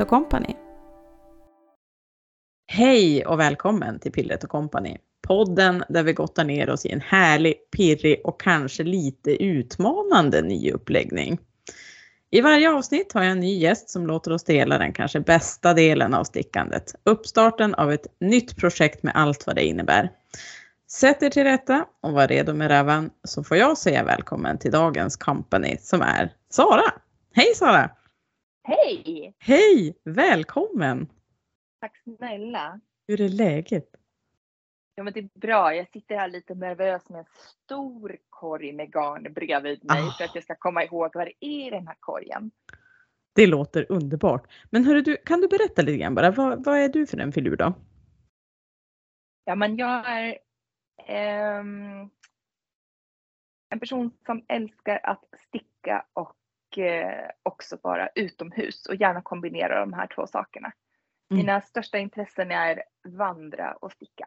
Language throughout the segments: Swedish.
Pillret & Company. Hej och välkommen till Pillret & Company. Podden där vi gottar ner oss i en härlig, pirrig och kanske lite utmanande ny uppläggning. I varje avsnitt har jag en ny gäst som låter oss dela den kanske bästa delen av stickandet. Uppstarten av ett nytt projekt med allt vad det innebär. Sätt er till rätta och var redo med rävan, så får jag säga välkommen till dagens company som är Sara. Hej Sara! Hej! Hej! Välkommen! Tack snälla. Hur är läget? Ja, men det är bra. Jag sitter här lite nervös med en stor korg med garn bredvid mig för att jag ska komma ihåg vad det är i den här korgen. Det låter underbart. Men hörru du, kan du berätta lite grann bara, vad är du för en filur då? Ja, men jag är en person som älskar att sticka och också vara utomhus och gärna kombinera de här två sakerna. Mina största intressen är vandra och sticka.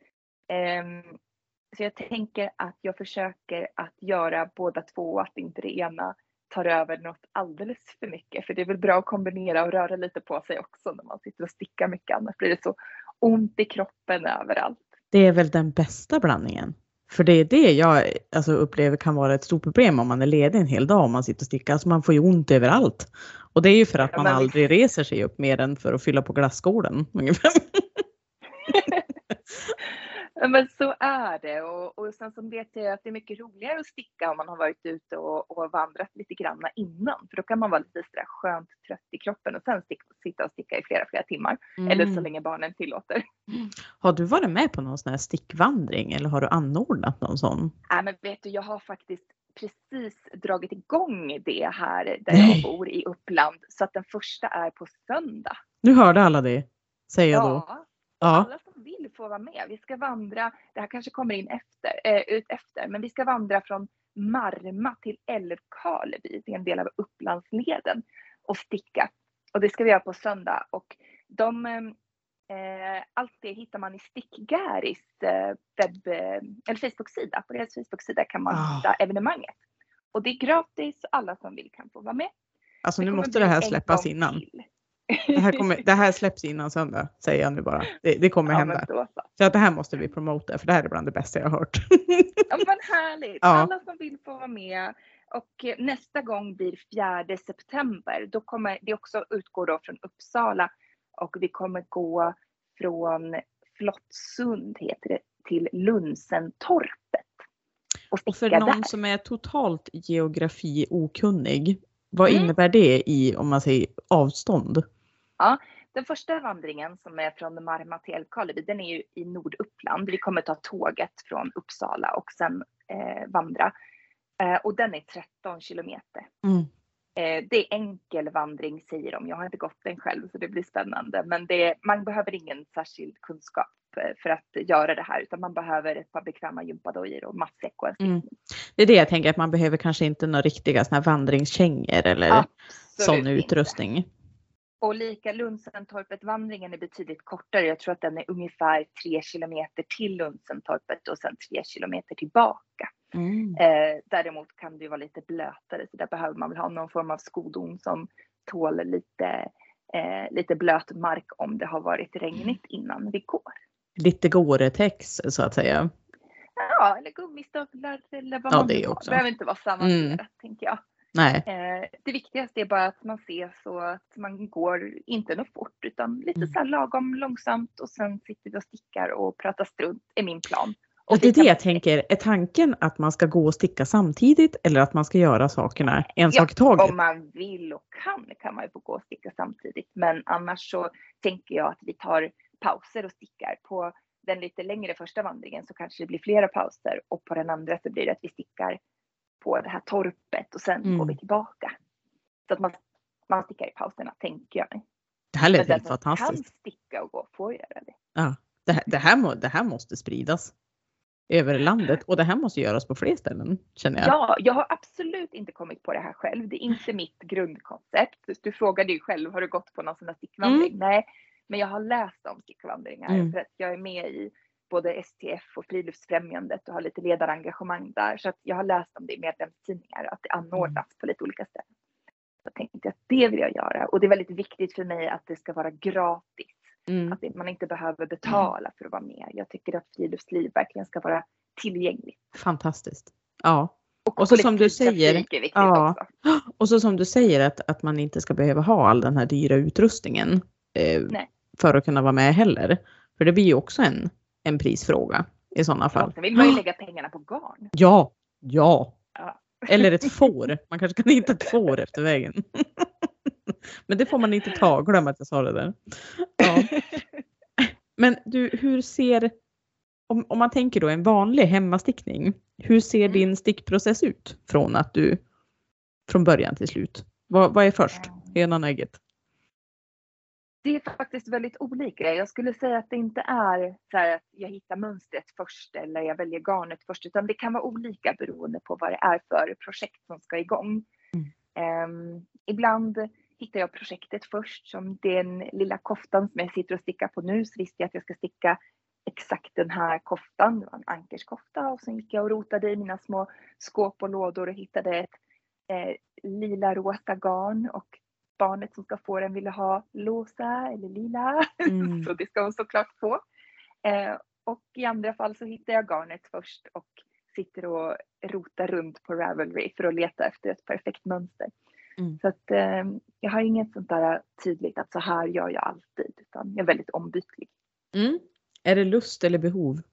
Så jag tänker att jag försöker att göra båda två, att inte det ena tar över något alldeles för mycket. För det är väl bra att kombinera och röra lite på sig också när man sitter och stickar mycket. Annars blir det så ont i kroppen överallt. Det är väl den bästa blandningen. För det är det jag upplever kan vara ett stort problem om man är ledig en hel dag om man sitter och stickar. Alltså man får ju ont överallt. Och det är ju för att man aldrig reser sig upp mer än för att fylla på glasskålen ungefär. Men så är det, och sen så vet jag att det är mycket roligare att sticka om man har varit ute och vandrat lite grann innan. För då kan man vara lite sådär skönt trött i kroppen och sen sitta och sticka i flera timmar. Eller så länge barnen tillåter. Har du varit med på någon sån här stickvandring eller har du anordnat någon sån? Nej, men vet du, jag har faktiskt precis dragit igång det här där jag bor i Uppland. Så att den första är på söndag. Nu hörde alla det, säger jag då. Ja, alla som vill får vara med. Vi ska vandra, det här kanske kommer in ut efter, men vi ska vandra från Marma till Älvkarleby, det är en del av Upplandsleden, och sticka. Och det ska vi göra på söndag. Och allt det hittar man i Stickgäris Facebook-sida. På deras Facebook-sida kan man hitta evenemanget. Och det är gratis, alla som vill kan få vara med. Alltså nu måste det här släppas innan. Det här släpps innan söndag, säger jag nu bara. Det kommer hända. Så att det här måste vi promota, för det här är bland det bästa jag har hört. Ja, men härligt. Ja. Alla som vill få vara med. Och nästa gång blir 4 september. Då kommer det också utgå då från Uppsala. Och vi kommer gå från Flottsund heter det, till Lunsentorpet. Och för någon som är totalt geografi okunnig, vad innebär det i, om man säger, avstånd? Ja, den första vandringen som är från Marma till Älvkarleby, den är ju i Norduppland. Vi kommer ta tåget från Uppsala och sen vandra. Och den är 13 kilometer. Det är enkel vandring säger de. Jag har inte gått den själv så det blir spännande. Men man behöver ingen särskild kunskap för att göra det här. Utan man behöver ett par bekväma gympadojor och matsäck och en stickning. Det är det jag tänker, att man behöver kanske inte några riktiga såna här vandringskängor eller sån utrustning. Inte. Och lika Lunsentorpet, vandringen är betydligt kortare. Jag tror att den är ungefär 3 kilometer till Lunsentorpet och sen 3 kilometer tillbaka. Däremot kan det ju vara lite blötare, så där behöver man väl ha någon form av skodon som tål lite blöt mark om det har varit regnigt innan vi går. Lite Gore-Tex så att säga. Ja, eller gummistövlar eller vad man vill ha. Det behöver inte vara sammanserat, tänker jag. Nej. Det viktigaste är bara att man ser så att man går inte något fort utan lite så här lagom långsamt och sen sitter vi och stickar och pratar strunt är min plan. Och det är det jag tänker, är tanken att man ska gå och sticka samtidigt eller att man ska göra sakerna en sak i taget? Om man vill och kan man ju få gå och sticka samtidigt. Men annars så tänker jag att vi tar pauser och stickar. På den lite längre första vandringen så kanske det blir flera pauser och på den andra så blir det att vi stickar på det här torpet och sen går vi tillbaka. Så att man stickar i pauserna, tänker jag mig. Det här lät helt fantastiskt. Kan sticka och gå får göra det. Ja, det här måste spridas över landet och det här måste göras på fler ställen, känner jag. Ja, jag har absolut inte kommit på det här själv. Det är inte mitt grundkoncept. Du frågade ju själv, har du gått på någon sån här stickvandring? Nej, men jag har läst om stickvandringar för att jag är med i både STF och Friluftsfrämjandet och har lite ledarengagemang där. Så att jag har läst om det i medlemstidningar, att det anordnas på lite olika ställen. Jag tänkte att det vill jag göra. Och det är väldigt viktigt för mig att det ska vara gratis. Mm. Att man inte behöver betala för att vara med. Jag tycker att friluftsliv verkligen ska vara tillgängligt. Fantastiskt. Ja. Och så som du säger, är viktigt också. Och så som du säger att man inte ska behöva ha all den här dyra utrustningen för att kunna vara med heller. För det blir ju också en prisfråga i sådana fall. Sen vill man ju lägga pengarna på garn. Ja. Eller ett får. Man kanske kan hitta ett får efter vägen. Men det får man inte ta. Glöm att jag sa det där. Ja. Men du, hur ser... Om man tänker då en vanlig hemmastickning. Hur ser din stickprocess ut? Från början till slut. Vad är först? Hönan och ägget? Det är faktiskt väldigt olika. Jag skulle säga att det inte är så här att jag hittar mönstret först eller jag väljer garnet först. Utan det kan vara olika beroende på vad det är för projekt som ska igång. Ibland hittar jag projektet först. Som den lilla koftan som jag sitter och stickar på nu. Så visste jag att jag ska sticka exakt den här koftan. Det var en ankerskofta. Och sen gick jag och rotade i mina små skåp och lådor och hittade ett lila rosa garn. Och barnet som ska få den ville ha rosa eller lila. Så det ska hon såklart få. Och i andra fall så hittar jag garnet först och sitter och rotar runt på Ravelry för att leta efter ett perfekt mönster. Så att jag har inget sånt där tydligt att så här gör jag alltid, utan jag är väldigt ombytlig. Är det lust eller behov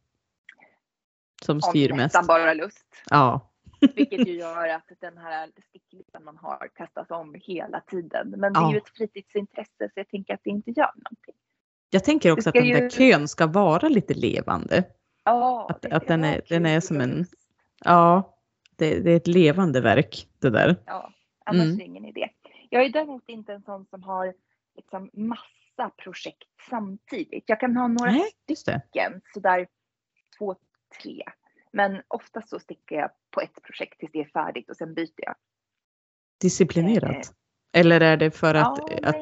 som styr mest? Nästan bara lust. Ja. Vilket ju gör att den här sticklistan man har kastas om hela tiden. Men det är ju ett fritidsintresse, så jag tänker att det inte gör någonting. Jag tänker också att den där kön ska vara lite levande. Ja. Att den är som en... Ja, det är ett levande verk det där. Ja, annars är det ingen idé. Jag är däremot inte en sån som har liksom massa projekt samtidigt. Jag kan ha några stycken, sådär 2-3. Men oftast så stickar jag på ett projekt tills det är färdigt och sen byter jag. Disciplinerat? Eller är det för att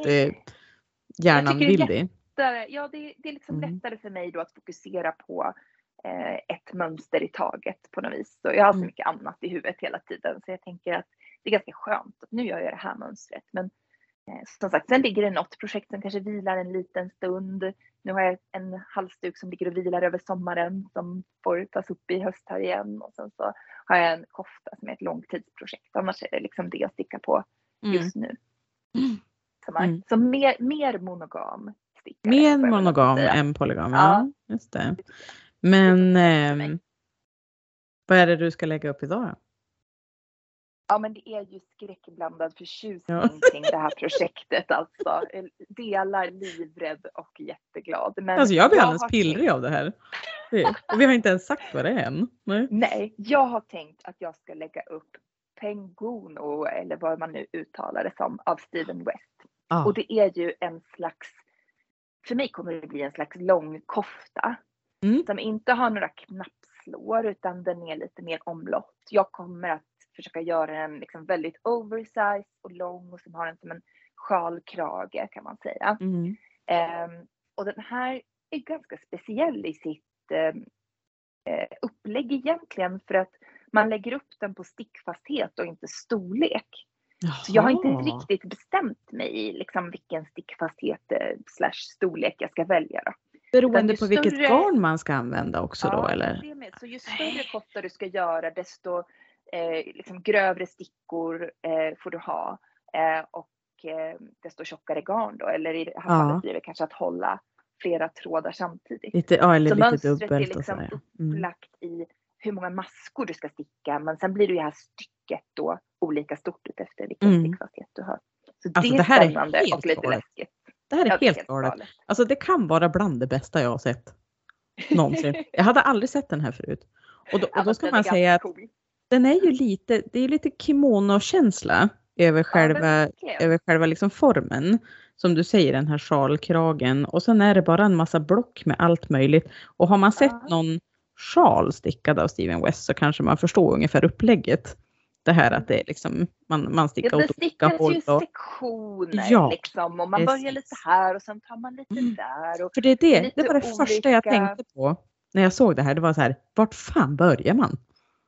hjärnan vill det? Ja, det är liksom lättare för mig då att fokusera på ett mönster i taget på något vis. Så jag har så mycket annat i huvudet hela tiden. Så jag tänker att det är ganska skönt att nu gör jag det här mönstret. Men som sagt, sen ligger det något projekt som kanske vilar en liten stund. Nu har jag en halsduk som ligger och vilar över sommaren som får tas upp i höst här igen. Och sen så har jag en kofta som är ett långtidsprojekt. Annars är det liksom det jag stickar på just nu. Så mer monogam stickare. Mer monogam än polygam, ja. Just det. Men vad är det du ska lägga upp idag då? Ja, men det är ju skräckblandad förtjusning kring det här projektet alltså. Delar livrädd och jätteglad. Men alltså jag blir alldeles pillrig av det här. Och vi har inte ens sagt vad det är än. Nej, jag har tänkt att jag ska lägga upp Penguno, eller vad man nu uttalar det som, av Steven West. Och det är ju en slags, för mig kommer det bli en slags lång kofta. Som inte har några knappslår, utan den är lite mer omlott. Jag kommer att försöka göra den liksom väldigt oversized och lång och som har den som en sjalkrage kan man säga. Och den här är ganska speciell i sitt upplägg egentligen, för att man lägger upp den på stickfasthet och inte storlek. Så jag har inte riktigt bestämt mig i liksom vilken stickfasthet / storlek jag ska välja då. Beroende på vilket garn man ska använda också då, eller? Det med. Så ju större kofta du ska göra, desto liksom grövre stickor får du ha. Och desto tjockare garn då. Eller i det här fallet blir det kanske att hålla flera trådar samtidigt. Eller så lite mönstret dubbelt är liksom upplagt i hur många maskor du ska sticka. Men sen blir det här stycket då olika stort ut efter vilken stickfasthet du har. Så alltså, det är spännande och lite läskigt. Det här är helt galet. Alltså det kan vara bland det bästa jag har sett någonsin. Jag hade aldrig sett den här förut. Och då ska man säga att den är ju lite kimono-känsla över själva liksom formen. Som du säger, den här sjalkragen. Och sen är det bara en massa block med allt möjligt. Och har man sett någon sjal stickad av Steven West så kanske man förstår ungefär upplägget. Det här att det är liksom, man stickar åt olika håll. Det stickas ju sektioner liksom. Och man börjar lite här och sen tar man lite där. Och för det var det första jag tänkte på när jag såg det här. Det var så här, vart fan börjar man?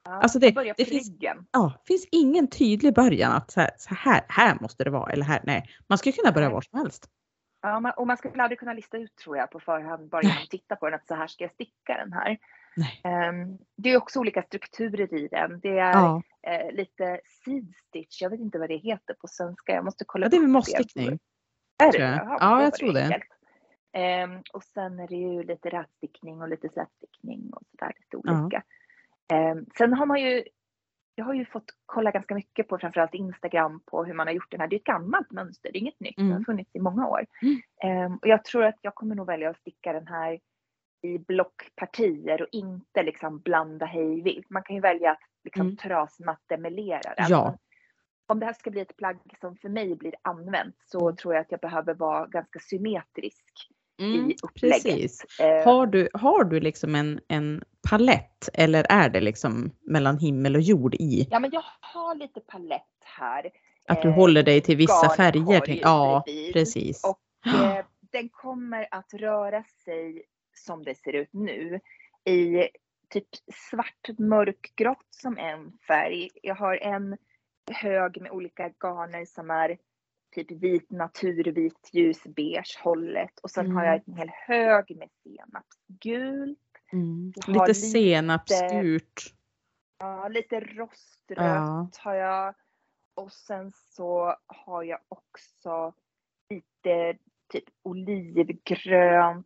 Alltså det finns ingen tydlig början att så här måste det vara eller här. Nej, man ska kunna börja var som helst. Ja, och man skulle aldrig kunna lista ut, tror jag, på förhand bara genom att titta på den att så här ska jag sticka den här. Det är också olika strukturer i den. Det är lite seed stitch. Jag vet inte vad det heter på svenska. Jag måste kolla upp det. Det är mossstickning. Är det det? Ja, jag tror det. Och sen är det ju lite rätstickning och lite slätstickning och sådär, lite olika. Sen har jag har ju fått kolla ganska mycket på framförallt Instagram på hur man har gjort den här. Det är ett gammalt mönster, det är inget nytt. Det har funnits i många år. Och jag tror att jag kommer nog välja att sticka den här i blockpartier och inte liksom blanda hej vilt. Man kan ju välja att liksom trasmattemelera den. Ja. Om det här ska bli ett plagg som för mig blir använt så tror jag att jag behöver vara ganska symmetrisk i upplägget. Precis. Har du liksom en palett eller är det liksom mellan himmel och jord i? Ja, men jag har lite palett här. Att du håller dig till vissa färger. Ja, precis. Och den kommer att röra sig som det ser ut nu i typ svart mörkgrått som en färg. Jag har en hög med olika garner som är typ vit naturvit ljusbeige hållet och sen har jag en hel hög med senapsgult. Lite senapsgult. Ja, lite rostrött har jag. Och sen så har jag också lite typ olivgrönt,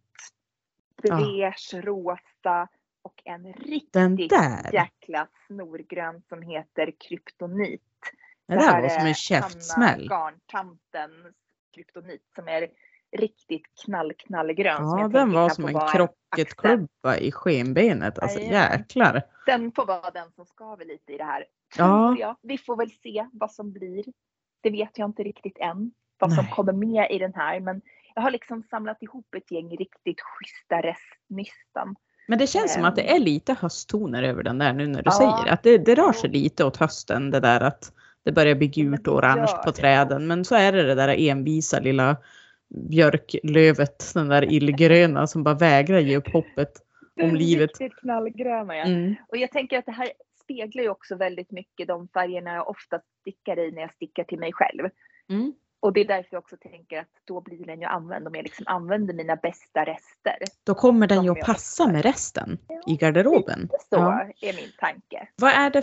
beige, rosa och en riktigt jäkla snorgrön som heter kryptonit. Det där var som en käftsmäll. Garntantens kryptonit som är riktigt knallgrön. Ja, den var som en krocketklubba i skenbenet. Alltså jäklar. Den får vara den som skaver lite i det här. Ja, vi får väl se vad som blir. Det vet jag inte riktigt än. Vad som kommer med i den här. Men jag har liksom samlat ihop ett gäng riktigt schyssta restnystan. Men det känns som att det är lite hösttoner över den där nu när du säger. Att det rör sig lite åt hösten. Det där att det börjar bli gult och orange på träden. Men så är det där envisa lilla björklövet. Den där illgröna som bara vägrar ge upp hoppet om livet. Riktigt knallgröna, ja. Och jag tänker att det här speglar ju också väldigt mycket de färgerna jag ofta stickar i när jag stickar till mig själv. Och det är därför jag också tänker att då blir den ju använd om jag liksom använder mina bästa rester. Då kommer den ju att passa med resten i garderoben. Så är min tanke. Vad är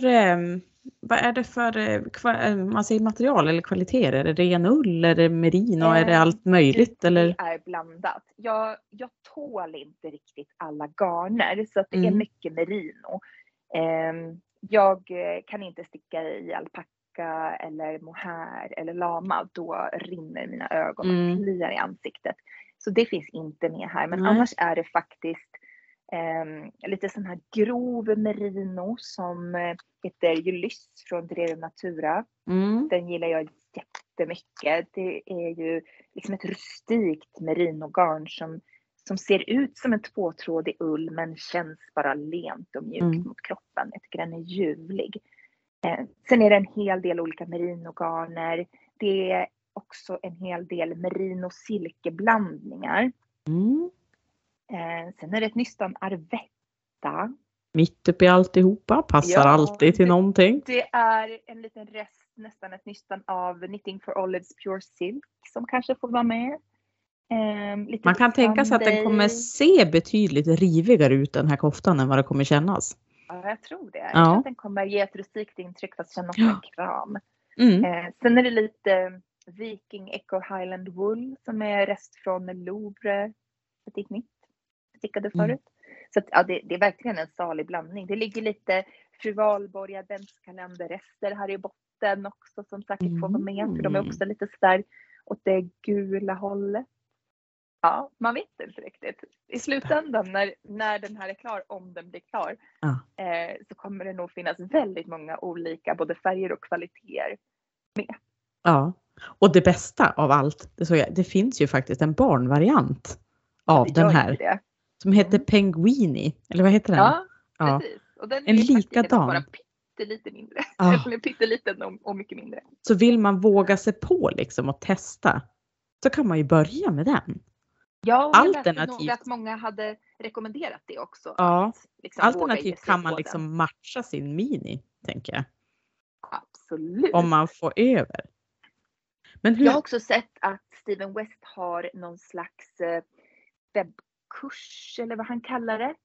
det för man säger material eller kvaliteter? Är det ren ull, är det merino, är det allt möjligt? Eller? Det är blandat. Jag tål inte riktigt alla garner så att det är mycket merino. Jag kan inte sticka i alpacka eller mohair eller lama. Då rinner mina ögon och kliar i ansiktet. Så det finns inte med här. Men annars är det faktiskt lite sån här grov merino som heter Ulysses från Drero Natura. Den gillar jag jättemycket. Det är ju liksom ett rustikt merinogarn som ser ut som en tvåtrådig ull men känns bara lent och mjukt mot kroppen. Jag tycker den är ljuvlig. Sen är det en hel del olika merinogarner. Det är också en hel del merino silkeblandningar. Sen är det ett nystan Arvetta. Mitt uppe i alltihopa. Passar alltid till någonting. Det är en liten rest, nästan ett nystan av Knitting for Olives Pure Silk som kanske får vara med. Man kan tänka sig att den kommer se betydligt rivigare ut den här koftan än vad det kommer kännas. Ja, jag tror det. Jag tror att den kommer ge ett rustikt intryck fast kännas som en kram. Sen är det lite Viking Echo Highland Wool som är rest från Louvre. Stickade förut. Så att, det är verkligen en salig blandning. Det ligger lite Fru Valborg adventskalenderrester här i botten också som säkert får vara med. För de är också lite sådär åt det gula hållet. Ja, man vet inte riktigt. I slutändan när den här är klar, om den blir klar, så kommer det nog finnas väldigt många olika både färger och kvaliteter med. Ja, och det bästa av allt, det finns ju faktiskt en barnvariant av den här. Som heter Penguini, eller vad heter den? Ja, precis. Och den en likadan. Bara pyttelite mindre. Eller pytteliten och mycket mindre. Så vill man våga sig på liksom och testa, så kan man ju börja med den. Ja, och jag läste nog att många hade rekommenderat det också. Ja. Att, liksom, våga ge Alternativt sig kan man på liksom den. matcha sin mini, tänker jag. Absolut. Om man får över. Men hur... Jag har också sett att Steven West har någon slags webbkurs, eller vad han kallar det,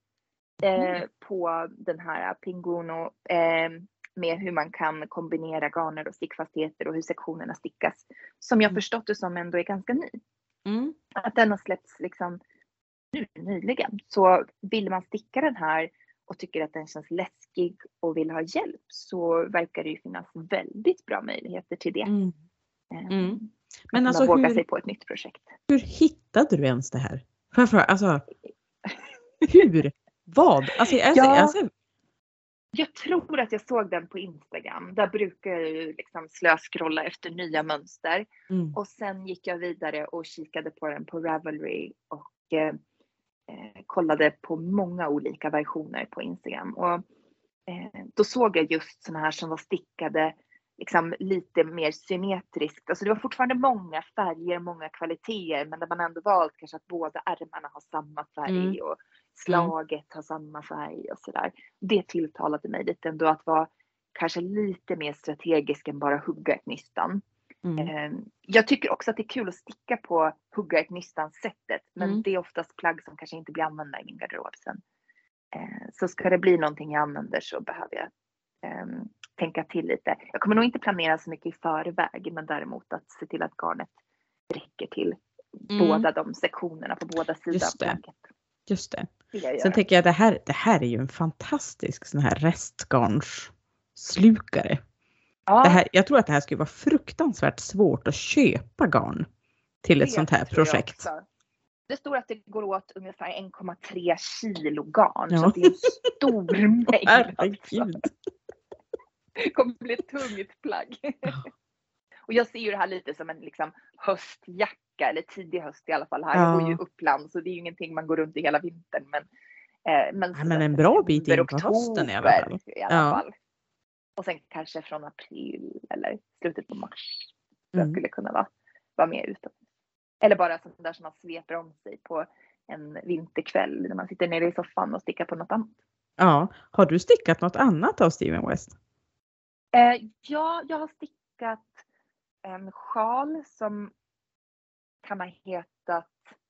på den här Pinguno, med hur man kan kombinera garner och stickfastigheter och hur sektionerna stickas. Som jag förstått det som ändå är ganska ny. Mm. Att den har släppts liksom nyligen. Så vill man sticka den här och tycker att den känns läskig och vill ha hjälp, så verkar det ju finnas väldigt bra möjligheter till det. Mm. Mm. Men alltså våga sig på ett nytt projekt. Hur hittade du ens det här? Alltså, hur? Vad? Alltså, jag tror att jag såg den på Instagram. Där brukar jag ju liksom slöskrolla efter nya mönster. Mm. Och sen gick jag vidare och kikade på den på Ravelry och kollade på många olika versioner på Instagram. Och då såg jag just såna här som var stickade liksom lite mer symmetriskt. Alltså det var fortfarande många färger, många kvaliteter, men där man ändå valt kanske att båda ärmarna har samma färg och slaget har samma färg och sådär. Det tilltalade mig lite ändå, att vara kanske lite mer strategisk än bara hugga ett nystan. Jag tycker också att det är kul att sticka på hugga ett nystan sättet, men det är oftast plagg som kanske inte blir använda i min garderob sen. Så ska det bli någonting jag använder så behöver jag tänka till lite. Jag kommer nog inte planera så mycket i förväg, men däremot att se till att garnet räcker till båda de sektionerna på båda sidor av plagget. Just det. Sen tänker jag att det här är ju en fantastisk sån här restgarnsslukare. Ja. Jag tror att det här skulle vara fruktansvärt svårt att köpa garn till ett sånt här projekt. Det står att det går åt ungefär 1,3 kilo garn. Så det är en stor mängd. Alltså. Det kommer bli ett tungt plagg. Och jag ser ju det här lite som en liksom höstjacka, eller tidig höst i alla fall här. Jag bor ju i Uppland, så det är ju ingenting man går runt i hela vintern. Men en bra bit in på hösten i alla fall. Och sen kanske från april eller slutet på mars. Jag skulle kunna vara med utomhus. Eller bara sånt där som man sveper om sig på en vinterkväll när man sitter nere i soffan och stickar på något annat. Ja, har du stickat något annat av Steven West? Ja, jag har stickat en sjal som kan ha hetat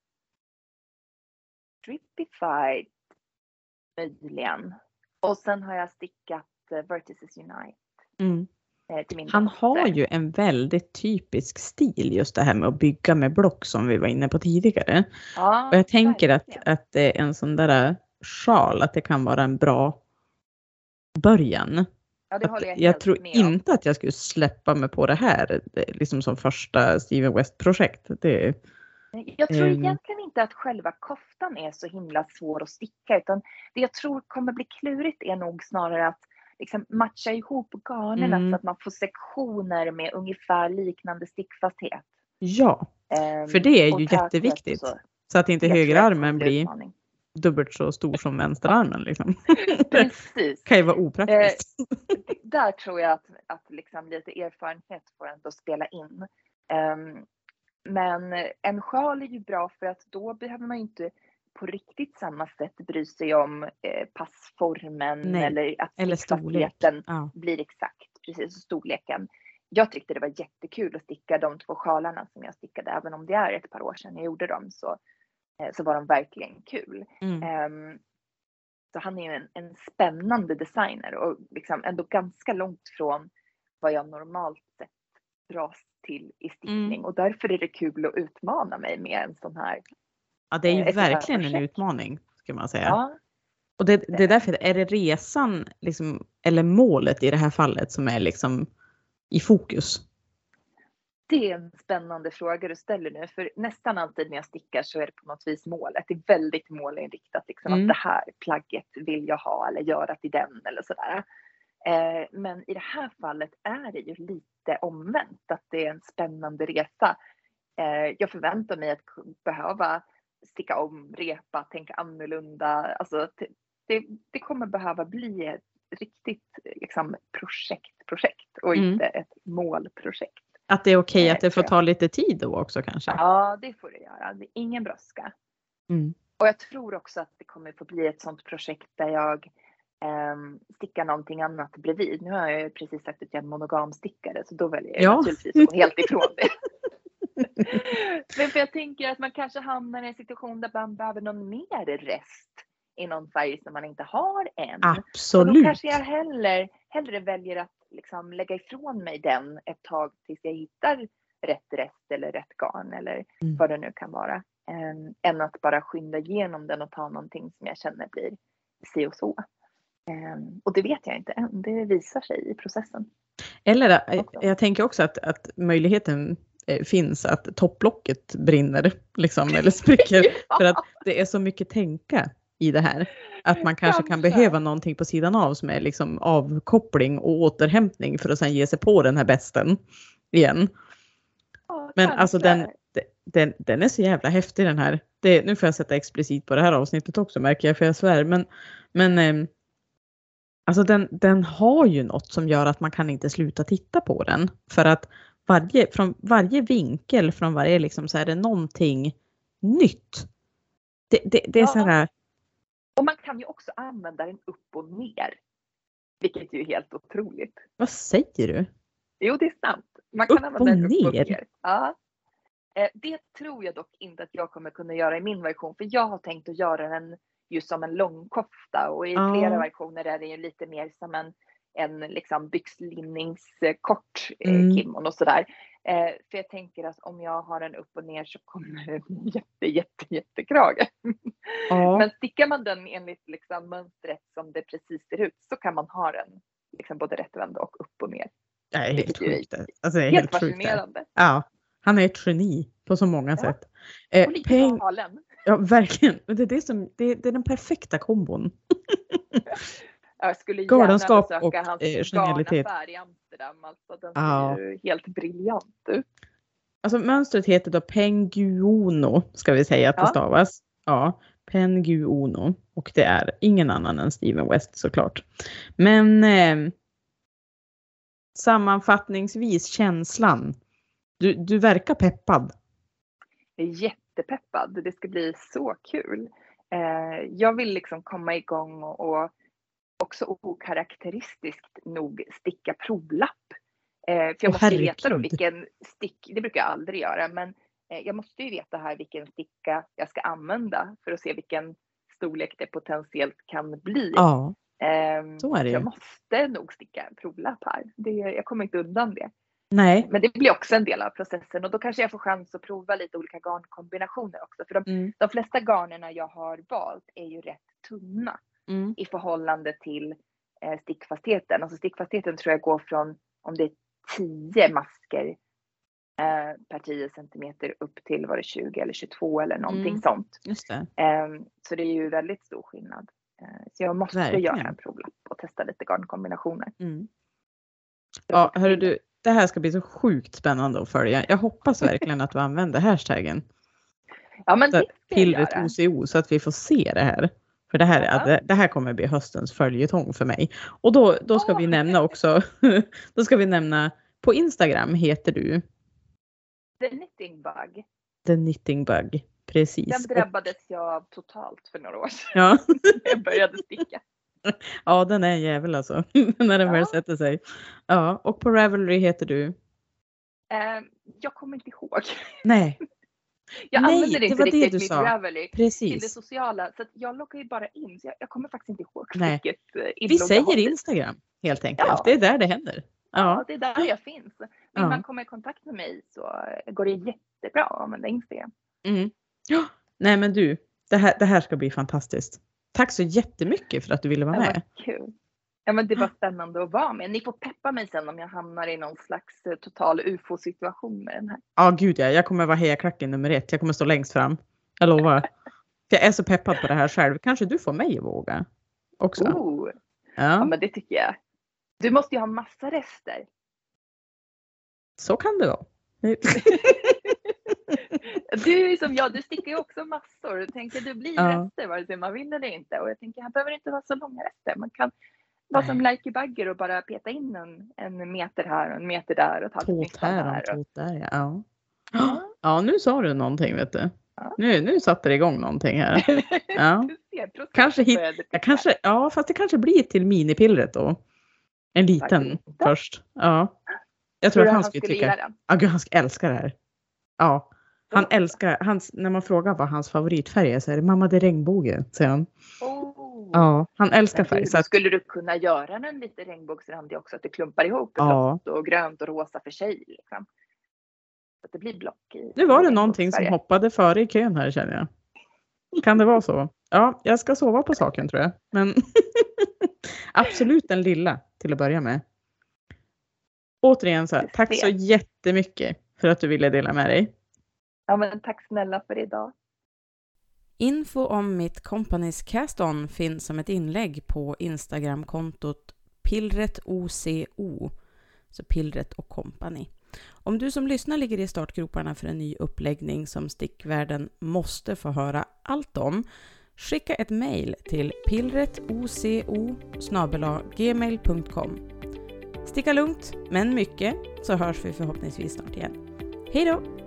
Stripified möjligen. Och sen har jag stickat Vertices Unite. Han har ju en väldigt typisk stil, just det här med att bygga med block som vi var inne på tidigare. Ja, och jag tänker att det är en sån där sjal, att det kan vara en bra början. Ja, det håller jag tror inte att jag skulle släppa mig på det här liksom som första Steven West-projekt. Jag tror egentligen inte att själva koftan är så himla svår att sticka, utan det jag tror kommer bli klurigt är nog snarare att liksom matcha ihop garnerna så att man får sektioner med ungefär liknande stickfasthet. Ja, för det är ju jätteviktigt. Så att inte högerarmen blir dubbelt så stor som vänsterarmen. Liksom. Precis. Kan ju vara opraktiskt. Där tror jag att liksom lite erfarenhet får ändå spela in. Men en sjal är ju bra, för att då behöver man ju inte på riktigt samma sätt bry sig om passformen. Nej. Eller stickfastigheten blir exakt, precis, storleken. Jag tyckte det var jättekul att sticka de 2 sjalarna som jag stickade, även om det är ett par år sedan jag gjorde dem, så var de verkligen kul. Så han är ju en spännande designer och liksom ändå ganska långt från vad jag normalt sett dras till i stickning. Och därför är det kul att utmana mig med en sån här. Ja, det är ju verkligen en utmaning, ska man säga. Ja. Och det är därför, är det resan liksom, eller målet i det här fallet som är liksom i fokus? Det är en spännande fråga du ställer nu, för nästan alltid när jag stickar så är det på något vis målet. Det är väldigt målinriktat, liksom, att det här plagget vill jag ha eller göra till den eller sådär. Men i det här fallet är det ju lite omvänt, att det är en spännande resa. Jag förväntar mig att behöva sticka om, repa, tänka annorlunda. Alltså, det kommer behöva bli ett riktigt liksom, projekt och inte ett målprojekt. Att det är okej att det får ta lite tid då också kanske? Ja, det får det göra. Det är ingen brådska. Och jag tror också att det kommer få bli ett sånt projekt där jag stickar någonting annat bredvid. Nu har jag ju precis sagt att jag är monogamstickare, så då väljer jag naturligtvis att gå helt ifrån det. Men för jag tänker att man kanske hamnar i en situation där man behöver någon mer rest i någon färg som man inte har än. Absolut. Och då kanske jag hellre väljer att liksom lägga ifrån mig den ett tag tills jag hittar rätt rest eller rätt garn eller vad det nu kan vara. Än att bara skynda igenom den och ta någonting som jag känner blir si och så. Och det vet jag inte än. Det visar sig i processen. Eller jag tänker också att möjligheten finns att topplocket brinner liksom, eller spricker. För att det är så mycket tänka i det här. Att man kanske kan behöva någonting på sidan av som är liksom avkoppling och återhämtning för att sen ge sig på den här besten igen. Men alltså den är så jävla häftig den här. Nu får jag sätta explicit på det här avsnittet också, märker jag, för jag svär. Men alltså den har ju något som gör att man kan inte sluta titta på den. För att från varje vinkel, från varje liksom, så är det någonting nytt. Det är så här. Och man kan ju också använda den upp och ner. Vilket är ju helt otroligt. Vad säger du? Jo, det är sant. Man kan använda den upp och ner. Ja. Det tror jag dock inte att jag kommer kunna göra i min version. För jag har tänkt att göra den just som en långkofta. Och i flera versioner är det ju lite mer som en liksom byxlinningskort kimono och sådär. För jag tänker att om jag har den upp och ner så kommer det jättekrage. Men stickar man den enligt liksom mönstret som det precis ser ut så kan man ha den liksom både rättvänd och upp och ner. Det är helt sjukt. Alltså, det är helt fascinerande. Ja, han är ett geni på så många sätt. Och lite galen. Ja, verkligen. Det är den perfekta kombon. Jag skulle gärna besöka hans garnaffär i Amsterdam. Alltså, den ser ju helt briljant ut. Alltså mönstret heter då Penguono, ska vi säga att det stavas. Ja, Penguono. Och det är ingen annan än Steven West såklart. Men sammanfattningsvis känslan. Du verkar peppad. Jag är jättepeppad. Det ska bli så kul. Jag vill liksom komma igång och också okaraktäristiskt nog sticka provlapp. För jag måste ju veta då vilken det brukar jag aldrig göra, men jag måste ju veta här vilken sticka jag ska använda för att se vilken storlek det potentiellt kan bli. Ja, så är det. Jag måste nog sticka en provlapp här. Jag kommer inte undan det. Nej. Men det blir också en del av processen och då kanske jag får chans att prova lite olika garnkombinationer också. För de flesta garnerna jag har valt är ju rätt tunna i förhållande till stickfastheten. Alltså stickfastheten tror jag går från, om det är 10 masker per 10 centimeter upp till, var det 20 eller 22 eller någonting sånt. Just det. Så det är ju väldigt stor skillnad. Så jag måste göra en provlapp och testa lite garnkombinationer. Ja, hörru du, det här ska bli så sjukt spännande att följa. Jag hoppas verkligen att du använder hashtaggen. Ja, men det pillret OCO så att vi får se det här. För det här kommer bli höstens följetong för mig. Och då ska vi nämna också, då ska vi nämna, på Instagram heter du? The Knitting Bug. The Knitting Bug, precis. Den drabbades jag av totalt för några år sedan. Ja. Jag började sticka. Ja, den är en jävel alltså. När den väl sätter sig. Ja, och på Ravelry heter du? Jag kommer inte ihåg. Nej. Jag använder inte riktigt mitt Ravelry till det sociala. Så att jag loggar ju bara in. Så jag kommer faktiskt inte ihåg vilket vi säger Instagram helt enkelt. Ja. Det är där det händer. Ja, det är där jag finns. Vill man komma i kontakt med mig så går det jättebra att använda Instagram. Ja, nej men du. Det här ska bli fantastiskt. Tack så jättemycket för att du ville vara med. Kul. Ja, men det var spännande att vara med. Ni får peppa mig sen om jag hamnar i någon slags total UFO-situation med den här. Ja, gud ja. Jag kommer vara hejaklacken nummer 1. Jag kommer stå längst fram. Jag lovar. Jag är så peppad på det här själv. Kanske du får mig att våga också. Ja, men det tycker jag. Du måste ju ha massa rester. Så kan det vara. Du är som jag, du stickar ju också massor. Jag tänker du blir rester vare sig man vill eller inte. Och jag tänker här behöver inte vara så långa rester. Man kan vara som Lärke Bagger och bara peta in en meter här och en meter där. Och ta tåt här och tåt där, ja. Ja, nu sa du någonting, vet du. Ja. Nu satte det igång någonting här. Ja. Fast det kanske blir till minipillret då. En liten först. Ja. Jag tror att han skulle tycka. Ja, gud, han ska älska det här. Ja. Han älskar, när man frågar vad hans favoritfärg är så är det mamma, det är regnbåge, säger han. Ja, han älskar färg. Så skulle du kunna göra en lite regnbågsrandig också, att det klumpar ihop blått och grönt och rosa för sig liksom. Så att det blir block i. Nu var det någonting som hoppade före i kön här, känner jag. Kan det vara så? Ja, jag ska sova på saken tror jag. Men absolut den lilla till att börja med. Återigen så här, tack så jättemycket för att du ville dela med dig. Ja, men tack snälla för idag. Info om mitt Companys Cast-On finns som ett inlägg på Instagram-kontot pillretoco, så Pillret och Company. Om du som lyssnar ligger i startgroparna för en ny uppläggning som stickvärlden måste få höra allt om, skicka ett mejl till pillretoco@gmail.com. Sticka lugnt, men mycket, så hörs vi förhoppningsvis snart igen. Hej då!